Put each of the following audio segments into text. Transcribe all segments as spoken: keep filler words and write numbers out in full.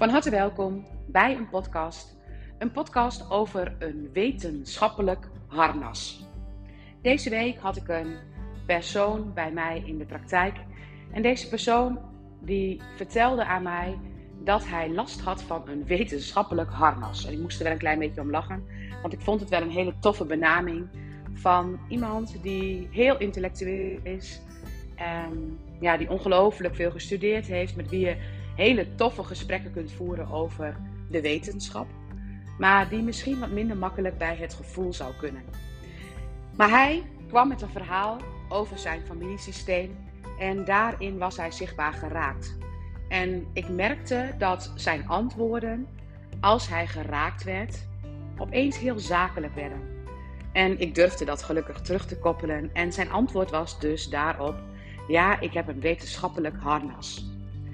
Van harte welkom bij een podcast. Een podcast over een wetenschappelijk harnas. Deze week had ik een persoon bij mij in de praktijk. En deze persoon die vertelde aan mij dat hij last had van een wetenschappelijk harnas. En ik moest er wel een klein beetje om lachen. Want ik vond het wel een hele toffe benaming van iemand die heel intellectueel is. En ja, die ongelooflijk veel gestudeerd heeft. Met wie je hele toffe gesprekken kunt voeren over de wetenschap. Maar die misschien wat minder makkelijk bij het gevoel zou kunnen. Maar hij kwam met een verhaal over zijn familiesysteem. En daarin was hij zichtbaar geraakt. En ik merkte dat zijn antwoorden, als hij geraakt werd, opeens heel zakelijk werden. En ik durfde dat gelukkig terug te koppelen. En zijn antwoord was dus daarop: ja, ik heb een wetenschappelijk harnas.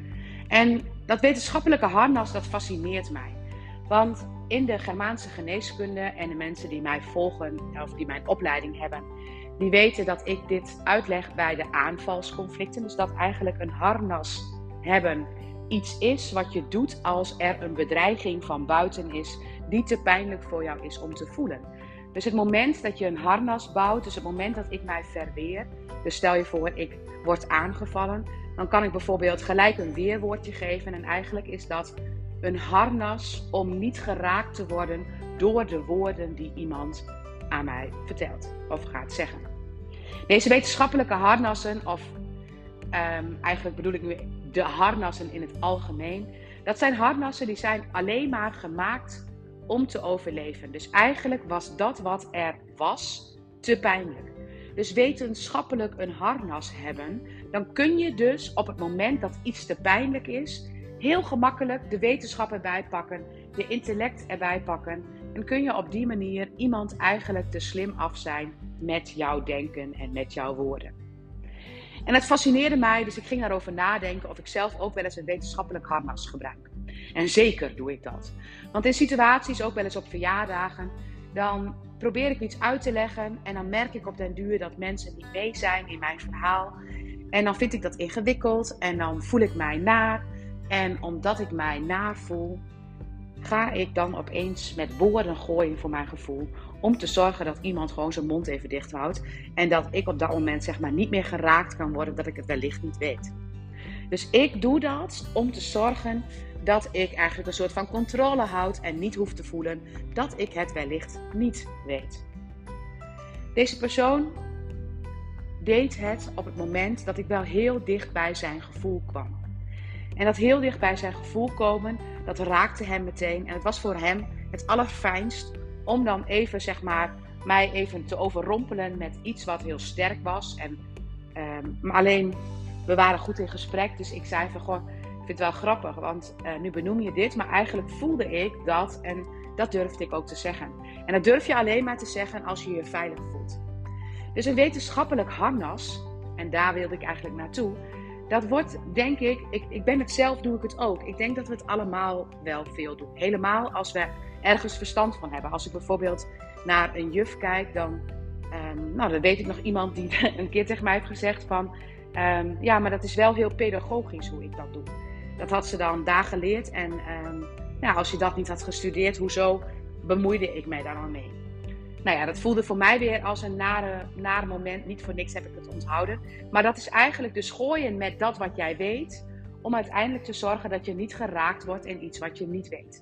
En dat wetenschappelijke harnas, dat fascineert mij. Want in de Germaanse geneeskunde en de mensen die mij volgen of die mijn opleiding hebben, die weten dat ik dit uitleg bij de aanvalsconflicten. Dus dat eigenlijk een harnas hebben iets is wat je doet als er een bedreiging van buiten is die te pijnlijk voor jou is om te voelen. Dus het moment dat je een harnas bouwt, dus het moment dat ik mij verweer, dus stel je voor ik word aangevallen, dan kan ik bijvoorbeeld gelijk een weerwoordje geven en eigenlijk is dat een harnas om niet geraakt te worden door de woorden die iemand aan mij vertelt of gaat zeggen. Deze wetenschappelijke harnassen, of um, eigenlijk bedoel ik nu de harnassen in het algemeen, dat zijn harnassen die zijn alleen maar gemaakt om te overleven. Dus eigenlijk was dat wat er was te pijnlijk. Dus wetenschappelijk een harnas hebben, dan kun je dus op het moment dat iets te pijnlijk is, heel gemakkelijk de wetenschap erbij pakken, de intellect erbij pakken. En kun je op die manier iemand eigenlijk te slim af zijn met jouw denken en met jouw woorden. En het fascineerde mij, dus ik ging daarover nadenken of ik zelf ook wel eens een wetenschappelijk harnas gebruik. En zeker doe ik dat. Want in situaties, ook wel eens op verjaardagen, dan probeer ik iets uit te leggen en dan merk ik op den duur dat mensen niet mee zijn in mijn verhaal. En dan vind ik dat ingewikkeld en dan voel ik mij naar. En omdat ik mij naar voel, ga ik dan opeens met woorden gooien voor mijn gevoel. Om te zorgen dat iemand gewoon zijn mond even dicht houdt. En dat ik op dat moment zeg maar niet meer geraakt kan worden, dat ik het wellicht niet weet. Dus ik doe dat om te zorgen dat ik eigenlijk een soort van controle houd en niet hoef te voelen dat ik het wellicht niet weet. Deze persoon deed het op het moment dat ik wel heel dicht bij zijn gevoel kwam. En dat heel dicht bij zijn gevoel komen, dat raakte hem meteen. En het was voor hem het allerfijnst om dan even, zeg maar, mij even te overrompelen met iets wat heel sterk was. En, um, maar alleen, we waren goed in gesprek, dus ik zei van, goh, ik vind het wel grappig, want uh, nu benoem je dit, maar eigenlijk voelde ik dat en dat durfde ik ook te zeggen. En dat durf je alleen maar te zeggen als je je veilig voelt. Dus een wetenschappelijk harnas, en daar wilde ik eigenlijk naartoe, dat wordt, denk ik, ik, ik ben het zelf, doe ik het ook. Ik denk dat we het allemaal wel veel doen. Helemaal als we ergens verstand van hebben. Als ik bijvoorbeeld naar een juf kijk, dan, um, nou, dan weet ik nog iemand die een keer tegen mij heeft gezegd van, um, ja, maar dat is wel heel pedagogisch hoe ik dat doe. Dat had ze dan daar geleerd en um, ja, als je dat niet had gestudeerd, hoezo bemoeide ik mij daar dan mee? Nou ja, dat voelde voor mij weer als een nare, nare moment. Niet voor niks heb ik het onthouden. Maar dat is eigenlijk dus gooien met dat wat jij weet, om uiteindelijk te zorgen dat je niet geraakt wordt in iets wat je niet weet.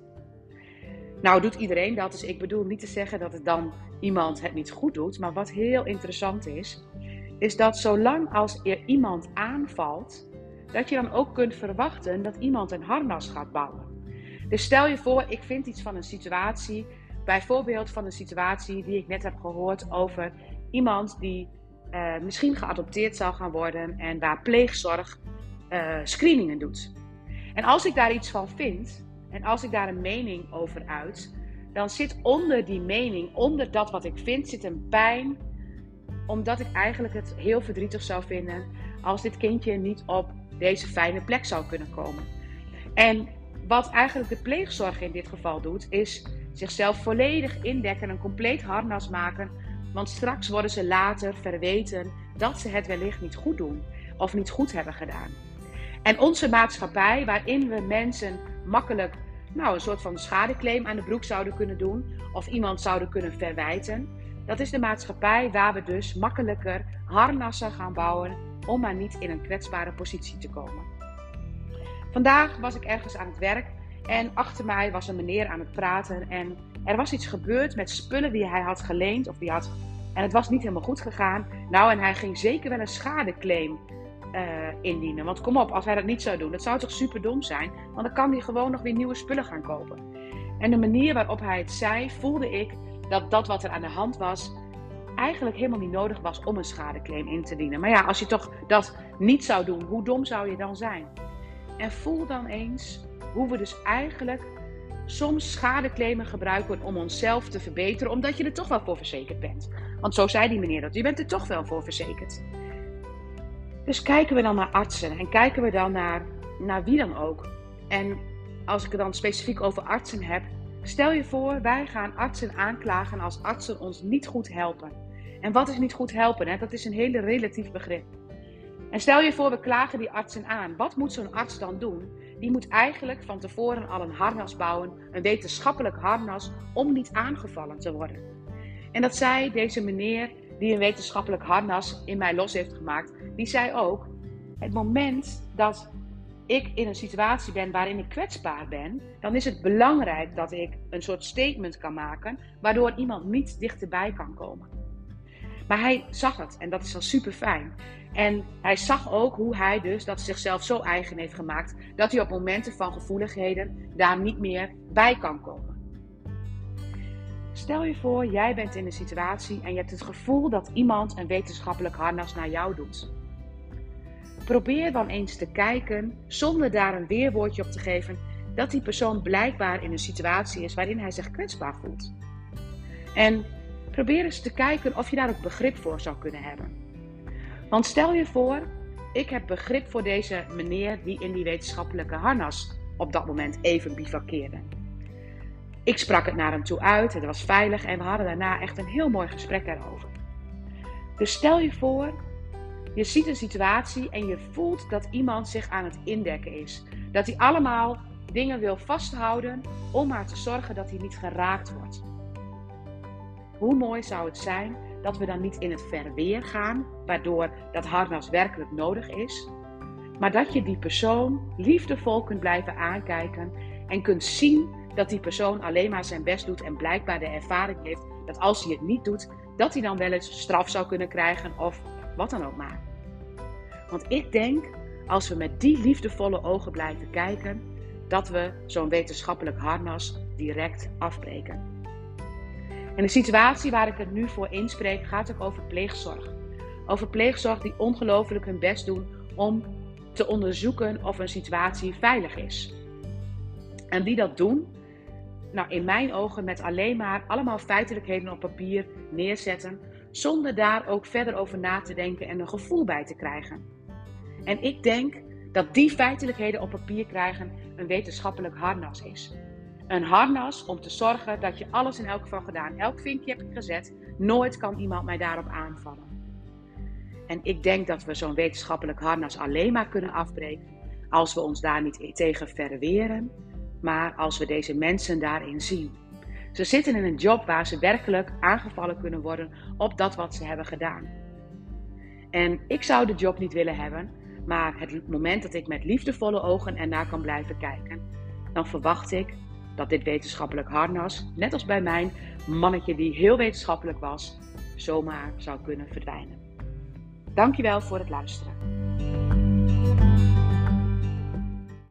Nou doet iedereen dat, dus ik bedoel niet te zeggen dat het dan iemand het niet goed doet. Maar wat heel interessant is, is dat zolang als er iemand aanvalt, dat je dan ook kunt verwachten dat iemand een harnas gaat bouwen. Dus stel je voor, ik vind iets van een situatie, bijvoorbeeld van een situatie die ik net heb gehoord over iemand die uh, misschien geadopteerd zou gaan worden en waar pleegzorg uh, screeningen doet. En als ik daar iets van vind en als ik daar een mening over uit, dan zit onder die mening, onder dat wat ik vind, zit een pijn, omdat ik eigenlijk het heel verdrietig zou vinden als dit kindje niet op deze fijne plek zou kunnen komen. En wat eigenlijk de pleegzorg in dit geval doet, is zichzelf volledig indekken, een compleet harnas maken. Want straks worden ze later verweten dat ze het wellicht niet goed doen of niet goed hebben gedaan. En onze maatschappij, waarin we mensen makkelijk nou, een soort van schadeclaim aan de broek zouden kunnen doen of iemand zouden kunnen verwijten, dat is de maatschappij waar we dus makkelijker harnassen gaan bouwen om maar niet in een kwetsbare positie te komen. Vandaag was ik ergens aan het werk en achter mij was een meneer aan het praten en er was iets gebeurd met spullen die hij had geleend of die had, en het was niet helemaal goed gegaan. Nou, en hij ging zeker wel een schadeclaim uh, indienen. Want kom op, als hij dat niet zou doen, dat zou toch super dom zijn, want dan kan hij gewoon nog weer nieuwe spullen gaan kopen. En de manier waarop hij het zei, voelde ik dat dat wat er aan de hand was eigenlijk helemaal niet nodig was om een schadeclaim in te dienen. Maar ja, als je toch dat niet zou doen, hoe dom zou je dan zijn? En voel dan eens hoe we dus eigenlijk soms schadeclaimen gebruiken om onszelf te verbeteren, omdat je er toch wel voor verzekerd bent. Want zo zei die meneer dat, je bent er toch wel voor verzekerd. Dus kijken we dan naar artsen en kijken we dan naar, naar wie dan ook. En als ik het dan specifiek over artsen heb, stel je voor, wij gaan artsen aanklagen als artsen ons niet goed helpen. En wat is niet goed helpen? Hè? Dat is een hele relatief begrip. En stel je voor, we klagen die artsen aan. Wat moet zo'n arts dan doen? Die moet eigenlijk van tevoren al een harnas bouwen, een wetenschappelijk harnas, om niet aangevallen te worden. En dat zei deze meneer die een wetenschappelijk harnas in mij los heeft gemaakt, die zei ook, het moment dat ik in een situatie ben waarin ik kwetsbaar ben, dan is het belangrijk dat ik een soort statement kan maken, waardoor iemand niet dichterbij kan komen. Maar hij zag het en dat is al super fijn. En hij zag ook hoe hij dus dat zichzelf zo eigen heeft gemaakt, dat hij op momenten van gevoeligheden daar niet meer bij kan komen. Stel je voor, jij bent in een situatie en je hebt het gevoel dat iemand een wetenschappelijk harnas naar jou doet. Probeer dan eens te kijken, zonder daar een weerwoordje op te geven, dat die persoon blijkbaar in een situatie is waarin hij zich kwetsbaar voelt. En probeer eens te kijken of je daar ook begrip voor zou kunnen hebben. Want stel je voor, ik heb begrip voor deze meneer die in die wetenschappelijke harnas op dat moment even bivakkeerde. Ik sprak het naar hem toe uit, het was veilig en we hadden daarna echt een heel mooi gesprek erover. Dus stel je voor, je ziet een situatie en je voelt dat iemand zich aan het indekken is. Dat hij allemaal dingen wil vasthouden om maar te zorgen dat hij niet geraakt wordt. Hoe mooi zou het zijn dat we dan niet in het verweer gaan, waardoor dat harnas werkelijk nodig is, maar dat je die persoon liefdevol kunt blijven aankijken en kunt zien dat die persoon alleen maar zijn best doet en blijkbaar de ervaring heeft dat als hij het niet doet, dat hij dan wel eens straf zou kunnen krijgen of wat dan ook maar. Want ik denk, als we met die liefdevolle ogen blijven kijken, dat we zo'n wetenschappelijk harnas direct afbreken. En de situatie waar ik het nu voor inspreek gaat ook over pleegzorg. Over pleegzorg die ongelooflijk hun best doen om te onderzoeken of een situatie veilig is. En die dat doen, nou in mijn ogen met alleen maar allemaal feitelijkheden op papier neerzetten, zonder daar ook verder over na te denken en een gevoel bij te krijgen. En ik denk dat die feitelijkheden op papier krijgen een wetenschappelijk harnas is. Een harnas om te zorgen dat je alles in elk geval gedaan, elk vinkje hebt gezet, nooit kan iemand mij daarop aanvallen. En ik denk dat we zo'n wetenschappelijk harnas alleen maar kunnen afbreken als we ons daar niet tegen verweren, maar als we deze mensen daarin zien. Ze zitten in een job waar ze werkelijk aangevallen kunnen worden op dat wat ze hebben gedaan. En ik zou de job niet willen hebben, maar het moment dat ik met liefdevolle ogen ernaar kan blijven kijken, dan verwacht ik dat dit wetenschappelijk harnas, net als bij mijn mannetje die heel wetenschappelijk was, zomaar zou kunnen verdwijnen. Dankjewel voor het luisteren.